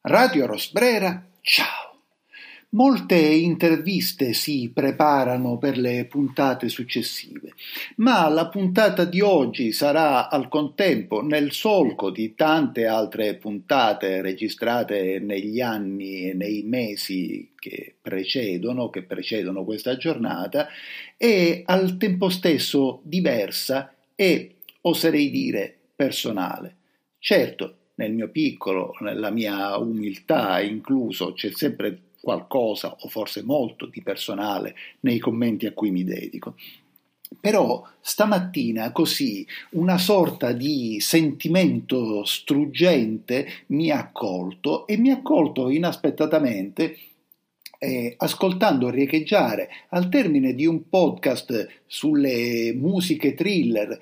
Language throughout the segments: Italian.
Radio Rosbrera, ciao! Molte interviste si preparano per le puntate successive, ma la puntata di oggi sarà al contempo nel solco di tante altre puntate registrate negli anni e nei mesi che precedono questa giornata e al tempo stesso diversa e, oserei dire, personale. Certo, nel mio piccolo, nella mia umiltà incluso, c'è sempre qualcosa o forse molto di personale nei commenti a cui mi dedico. Però stamattina così una sorta di sentimento struggente mi ha accolto e mi ha accolto inaspettatamente ascoltando riecheggiare al termine di un podcast sulle musiche thriller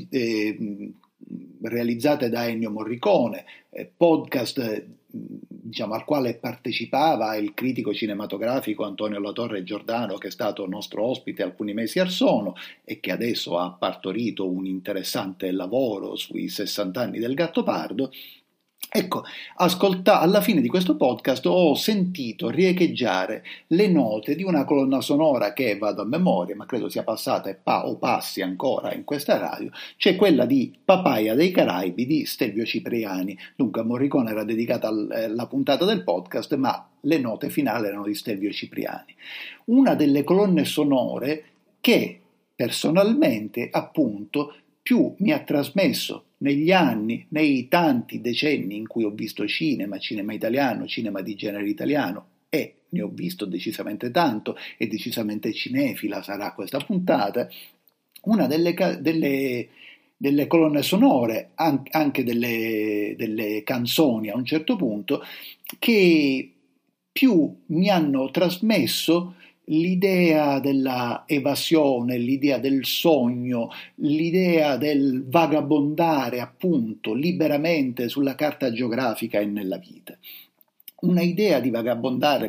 realizzate da Ennio Morricone, podcast diciamo, al quale partecipava il critico cinematografico Antonio Latorre Giordano, che è stato nostro ospite alcuni mesi or sono e che adesso ha partorito un interessante lavoro sui 60 anni del Gattopardo. Ecco, alla fine di questo podcast ho sentito riecheggiare le note di una colonna sonora che vado a memoria, ma credo sia passata o passi ancora in questa radio, cioè quella di Papaya dei Caraibi di Stelvio Cipriani. Dunque a Morricone era dedicata la puntata del podcast, ma le note finali erano di Stelvio Cipriani. Una delle colonne sonore che personalmente, appunto, più mi ha trasmesso negli anni, nei tanti decenni in cui ho visto cinema italiano, cinema di genere italiano, e ne ho visto decisamente tanto e decisamente cinefila sarà questa puntata, una delle colonne sonore, anche delle canzoni a un certo punto, che più mi hanno trasmesso l'idea della evasione, l'idea del sogno, l'idea del vagabondare appunto liberamente sulla carta geografica e nella vita. Questa idea di vagabondare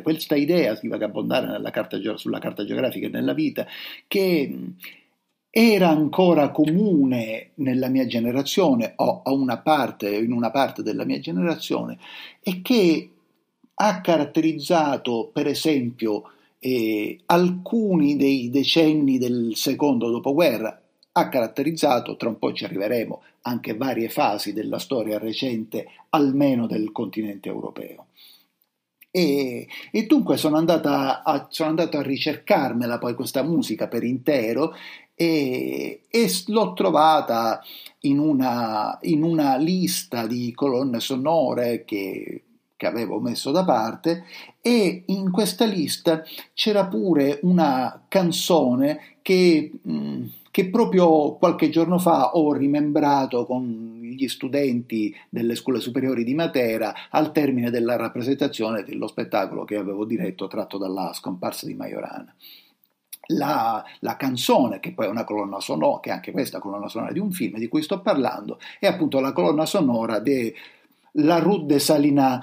sulla carta geografica e nella vita che era ancora comune nella mia generazione o in una parte della mia generazione e che ha caratterizzato per esempio alcuni dei decenni del secondo dopoguerra, ha caratterizzato, tra un po' ci arriveremo, anche varie fasi della storia recente, almeno del continente europeo. E dunque sono andato a ricercarmela poi questa musica per intero e l'ho trovata in una lista di colonne sonore che avevo messo da parte, e in questa lista c'era pure una canzone che proprio qualche giorno fa ho rimembrato con gli studenti delle scuole superiori di Matera al termine della rappresentazione dello spettacolo che avevo diretto tratto dalla scomparsa di Majorana. La canzone, che poi è una colonna sonora, che è anche questa colonna sonora di un film di cui sto parlando, è appunto la colonna sonora de La Route de Salina,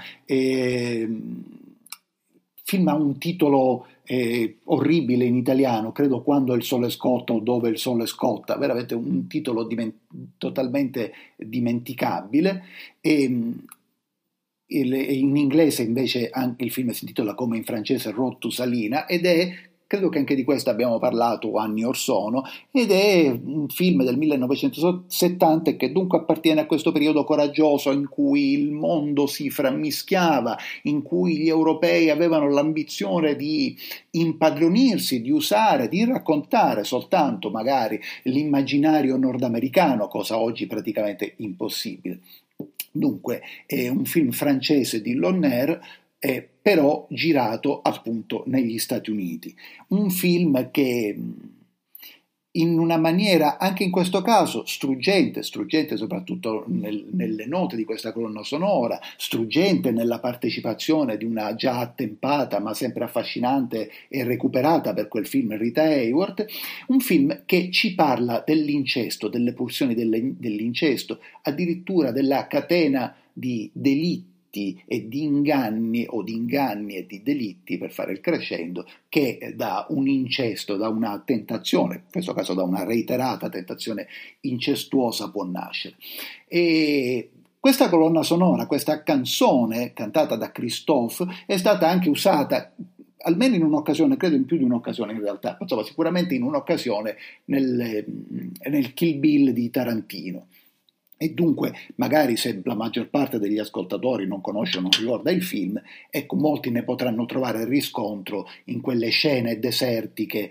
film ha un titolo orribile in italiano, credo Quando il sole scotta o Dove il sole scotta, veramente un titolo totalmente dimenticabile. In inglese invece anche il film si intitola come in francese Route to Salina credo che anche di questo abbiamo parlato anni or sono, ed è un film del 1970 che dunque appartiene a questo periodo coraggioso in cui il mondo si frammischiava, in cui gli europei avevano l'ambizione di impadronirsi, di usare, di raccontare soltanto magari l'immaginario nordamericano, cosa oggi praticamente impossibile. Dunque è un film francese di Lonner, però girato appunto negli Stati Uniti. Un film che in una maniera, anche in questo caso, struggente soprattutto nelle note di questa colonna sonora, struggente nella partecipazione di una già attempata ma sempre affascinante e recuperata per quel film Rita Hayworth, un film che ci parla dell'incesto, delle pulsioni dell'incesto, addirittura della catena di delitti e di inganni e di delitti, per fare il crescendo, che da un incesto, da una tentazione, in questo caso da una reiterata tentazione incestuosa, può nascere. E Questa colonna sonora, questa canzone cantata da Christophe, è stata anche usata almeno in un'occasione, credo in più di un'occasione in realtà, insomma sicuramente in un'occasione nel Kill Bill di Tarantino. E dunque, magari se la maggior parte degli ascoltatori non conosce o non ricorda il film, ecco, molti ne potranno trovare riscontro in quelle scene desertiche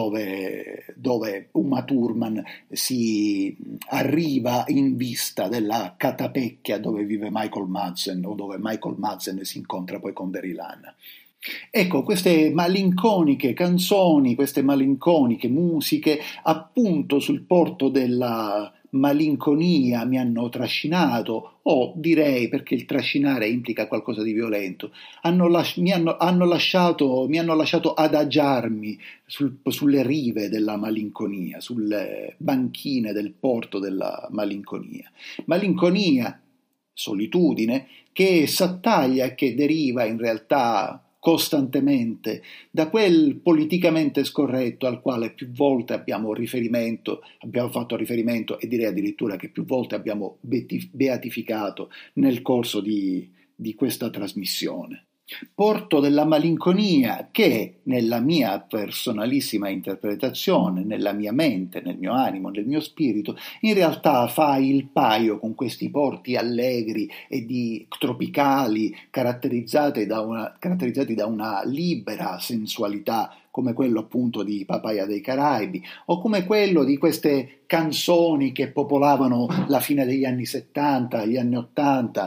dove Uma Thurman si arriva in vista della catapecchia dove vive Michael Madsen, o dove Michael Madsen si incontra poi con Daryl Hannah. Ecco, queste malinconiche canzoni, queste malinconiche musiche, appunto sul porto della malinconia mi hanno trascinato, o direi, perché il trascinare implica qualcosa di violento, mi hanno lasciato adagiarmi sulle rive della malinconia, sulle banchine del porto della malinconia. Malinconia, solitudine, che s'attaglia e che deriva in realtà costantemente da quel politicamente scorretto al quale più volte abbiamo fatto riferimento e direi addirittura che più volte abbiamo beatificato nel corso di questa trasmissione. Porto della malinconia che, nella mia personalissima interpretazione, nella mia mente, nel mio animo, nel mio spirito, in realtà fa il paio con questi porti allegri e tropicali caratterizzati da una libera sensualità, come quello appunto di Papaya dei Caraibi, o come quello di queste canzoni che popolavano la fine degli anni 70, gli anni 80,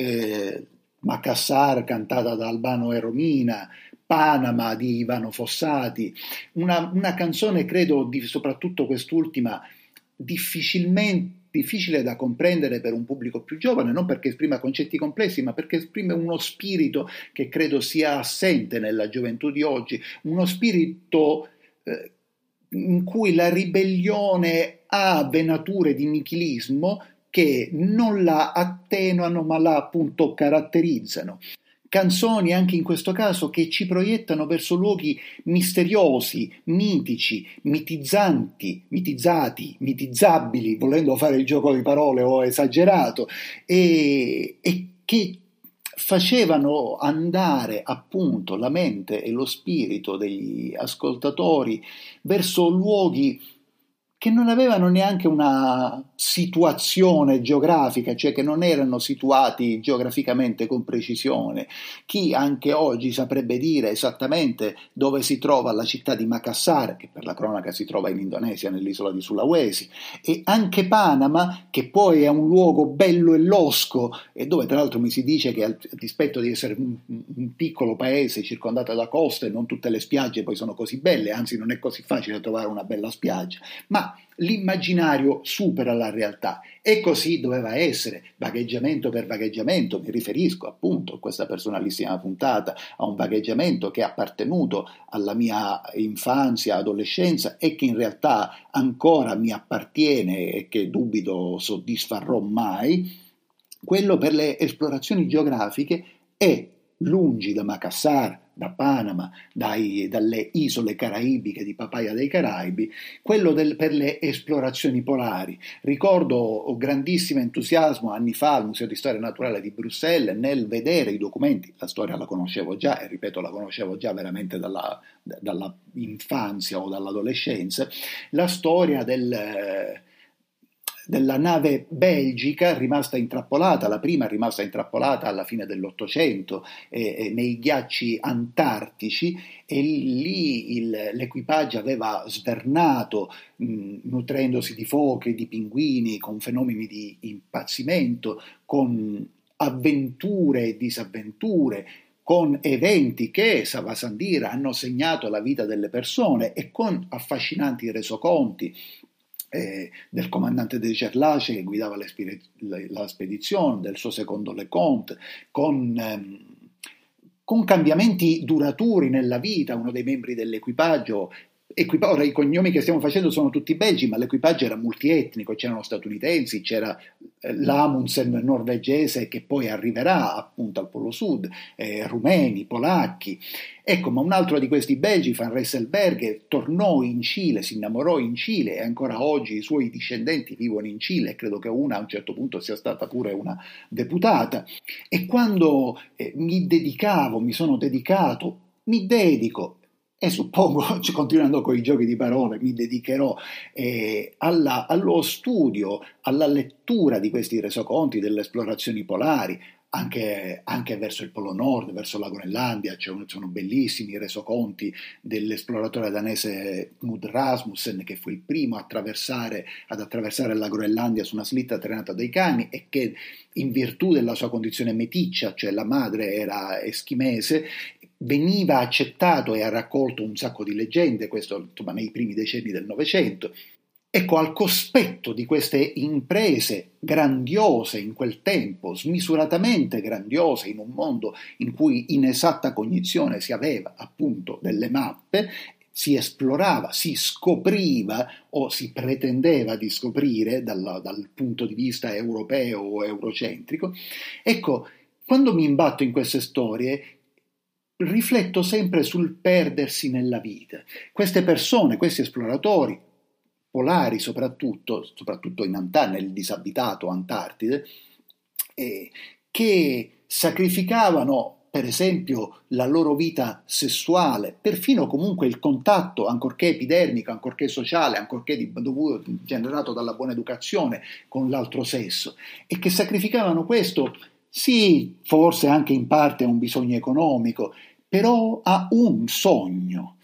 Macassar cantata da Albano e Romina, Panama di Ivano Fossati, una canzone credo soprattutto quest'ultima difficile da comprendere per un pubblico più giovane, non perché esprima concetti complessi, ma perché esprime uno spirito che credo sia assente nella gioventù di oggi, uno spirito in cui la ribellione ha venature di nichilismo che non la attenuano ma la appunto caratterizzano. Canzoni anche in questo caso che ci proiettano verso luoghi misteriosi, mitici, mitizzabili, volendo fare il gioco di parole o esagerato, e che facevano andare appunto la mente e lo spirito degli ascoltatori verso luoghi che non avevano neanche una situazione geografica, cioè che non erano situati geograficamente con precisione. Chi anche oggi saprebbe dire esattamente dove si trova la città di Makassar, che per la cronaca si trova in Indonesia, nell'isola di Sulawesi, e anche Panama, che poi è un luogo bello e losco, e dove tra l'altro mi si dice che a dispetto di essere un piccolo paese circondato da coste, non tutte le spiagge poi sono così belle, anzi non è così facile trovare una bella spiaggia, ma l'immaginario supera la realtà e così doveva essere, vagheggiamento per vagheggiamento. Mi riferisco appunto a questa personalissima puntata a un vagheggiamento che è appartenuto alla mia infanzia, adolescenza e che in realtà ancora mi appartiene e che dubito soddisfarò mai, quello per le esplorazioni geografiche è lungi da Macassar, da Panama, dalle isole caraibiche di Papaya dei Caraibi, quello per le esplorazioni polari. Ricordo grandissimo entusiasmo anni fa al Museo di Storia Naturale di Bruxelles nel vedere i documenti, la storia la conoscevo già e ripeto la conoscevo già veramente dalla infanzia o dall'adolescenza, la storia della nave belgica rimasta intrappolata, la prima rimasta intrappolata alla fine dell'Ottocento nei ghiacci antartici e lì l'equipaggio aveva svernato nutrendosi di foche, di pinguini, con fenomeni di impazzimento, con avventure e disavventure, con eventi che, va a dire, hanno segnato la vita delle persone e con affascinanti resoconti del comandante de Gerlache che guidava la spedizione, del suo secondo Leconte, con cambiamenti duraturi nella vita. Uno dei membri dell'equipaggio Ora i cognomi che stiamo facendo sono tutti belgi, ma l'equipaggio era multietnico, c'erano statunitensi, c'era l'Amundsen norvegese che poi arriverà appunto al Polo Sud, rumeni, polacchi. Ecco, ma un altro di questi belgi, Van Rysselberghe, tornò in Cile, si innamorò in Cile e ancora oggi i suoi discendenti vivono in Cile e credo che una a un certo punto sia stata pure una deputata. E quando mi sono dedicato, mi dedico, e suppongo, continuando con i giochi di parole, mi dedicherò allo studio, alla lettura di questi resoconti delle esplorazioni polari, anche verso il Polo Nord, verso la Groenlandia. Sono bellissimi i resoconti dell'esploratore danese Knud Rasmussen, che fu il primo ad attraversare la Groenlandia su una slitta trainata dai cani e che, in virtù della sua condizione meticcia, cioè la madre era eschimese, veniva accettato e ha raccolto un sacco di leggende, questo insomma, nei primi decenni del Novecento. Ecco, al cospetto di queste imprese grandiose in quel tempo, smisuratamente grandiose in un mondo in cui in esatta cognizione si aveva appunto delle mappe, si esplorava, si scopriva o si pretendeva di scoprire dal punto di vista europeo o eurocentrico. Ecco, quando mi imbatto in queste storie, rifletto sempre sul perdersi nella vita. Queste persone, questi esploratori polari soprattutto nel disabitato Antartide, che sacrificavano per esempio la loro vita sessuale, perfino comunque il contatto, ancorché epidermico, ancorché sociale, ancorché generato dalla buona educazione con l'altro sesso, e che sacrificavano questo, sì, forse anche in parte a un bisogno economico, però a un sogno.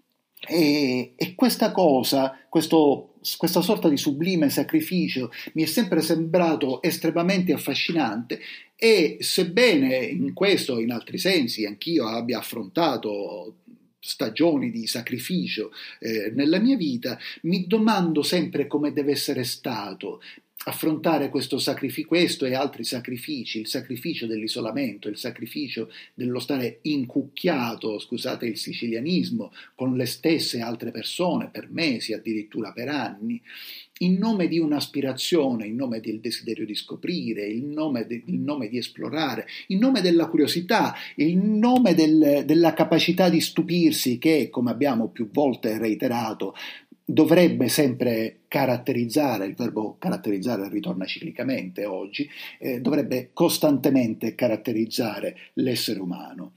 E questa cosa, questa sorta di sublime sacrificio mi è sempre sembrato estremamente affascinante, e sebbene in questo e in altri sensi anch'io abbia affrontato stagioni di sacrificio nella mia vita, mi domando sempre come deve essere stato affrontare questo e altri sacrifici, il sacrificio dell'isolamento, il sacrificio dello stare incucchiato, scusate il sicilianismo, con le stesse altre persone per mesi, addirittura per anni, in nome di un'aspirazione, in nome del desiderio di scoprire, in nome di esplorare, in nome della curiosità, in nome della capacità di stupirsi che, come abbiamo più volte reiterato, dovrebbe sempre caratterizzare, il verbo caratterizzare ritorna ciclicamente oggi, dovrebbe costantemente caratterizzare l'essere umano.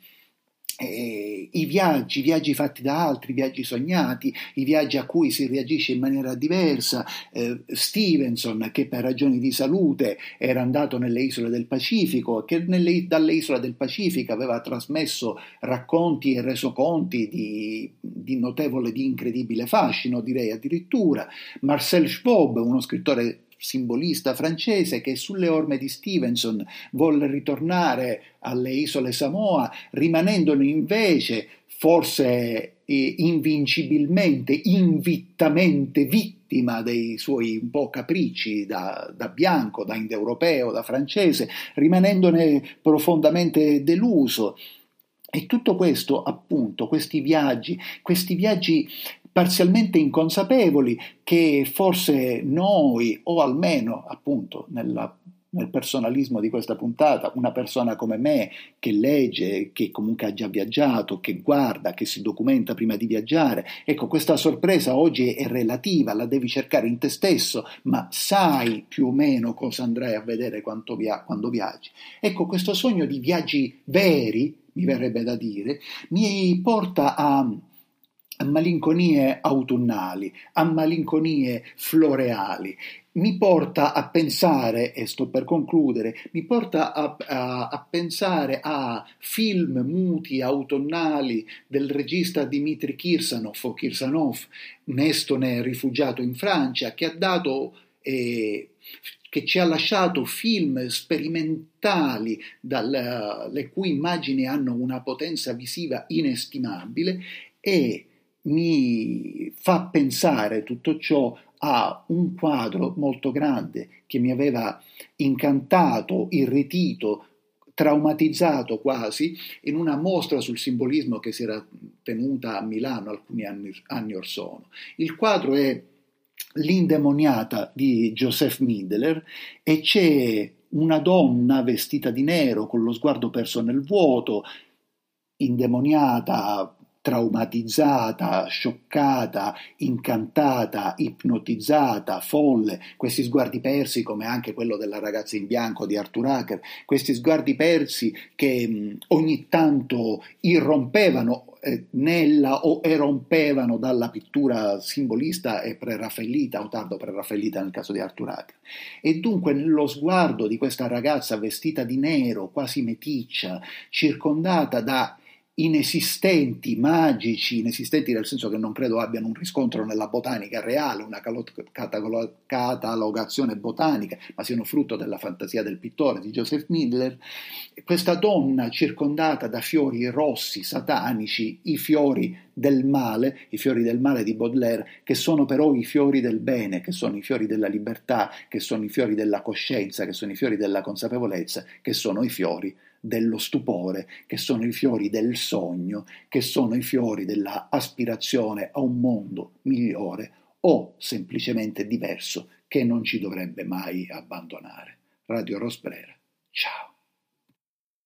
I viaggi fatti da altri, i viaggi sognati, i viaggi a cui si reagisce in maniera diversa. Stevenson, che per ragioni di salute era andato nelle isole del Pacifico, che dalle isole del Pacifico aveva trasmesso racconti e resoconti di notevole, di incredibile fascino, direi addirittura. Marcel Schwob, uno scrittore simbolista francese, che sulle orme di Stevenson volle ritornare alle isole Samoa, rimanendone invece forse invincibilmente, invittamente vittima dei suoi un po' capricci da bianco, da indoeuropeo, da francese, rimanendone profondamente deluso. E tutto questo, appunto, questi viaggi parzialmente inconsapevoli, che forse noi, o almeno appunto nel personalismo di questa puntata, una persona come me che legge, che comunque ha già viaggiato, che guarda, che si documenta prima di viaggiare, ecco, questa sorpresa oggi è relativa, la devi cercare in te stesso, ma sai più o meno cosa andrai a vedere quando viaggi. Ecco, questo sogno di viaggi veri, mi verrebbe da dire, mi porta a malinconie autunnali, a malinconie floreali, mi porta a pensare, e sto per concludere, mi porta a pensare a film muti autunnali del regista Dmitry Kirsanov, un estone rifugiato in Francia, che ci ha lasciato film sperimentali le cui immagini hanno una potenza visiva inestimabile, e mi fa pensare tutto ciò a un quadro molto grande che mi aveva incantato, irretito, traumatizzato quasi, in una mostra sul simbolismo che si era tenuta a Milano alcuni anni or sono. Il quadro è L'indemoniata di Joseph Midler e c'è una donna vestita di nero con lo sguardo perso nel vuoto, indemoniata, traumatizzata, scioccata, incantata, ipnotizzata, folle, questi sguardi persi come anche quello della ragazza in bianco di Arthur Hacker, questi sguardi persi che ogni tanto irrompevano nella o erompevano dalla pittura simbolista e preraffaellita o tardo preraffaellita nel caso di Arthur Hacker. E dunque nello sguardo di questa ragazza vestita di nero, quasi meticcia, circondata da inesistenti, magici, inesistenti nel senso che non credo abbiano un riscontro nella botanica reale, una catalogazione botanica, ma siano frutto della fantasia del pittore di Joseph Midler, questa donna circondata da fiori rossi, satanici, i fiori del male di Baudelaire, che sono però i fiori del bene, che sono i fiori della libertà, che sono i fiori della coscienza, che sono i fiori della consapevolezza, che sono i fiori dello stupore, che sono i fiori del sogno, che sono i fiori della aspirazione a un mondo migliore o semplicemente diverso che non ci dovrebbe mai abbandonare. Radio Rosbrera, ciao.